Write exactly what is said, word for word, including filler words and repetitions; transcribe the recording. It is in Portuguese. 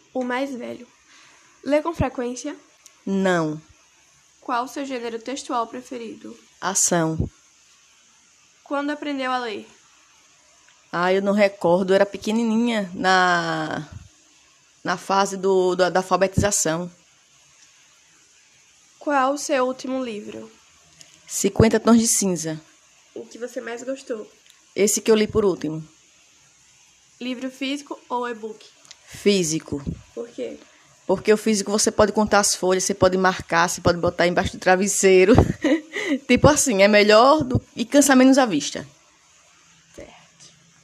O mais velho. Lê com frequência? Não. Qual o seu gênero textual preferido? Ação. Quando aprendeu a ler? Ah, eu não recordo, eu era pequenininha na, na fase do, do, da alfabetização. Qual o seu último livro? cinquenta tons de cinza. O que você mais gostou? Esse que eu li por último. Livro físico ou e-book? Físico. Por quê? Porque o físico você pode contar as folhas, você pode marcar, você pode botar embaixo do travesseiro. Tipo assim, é melhor do, e cansa menos a vista.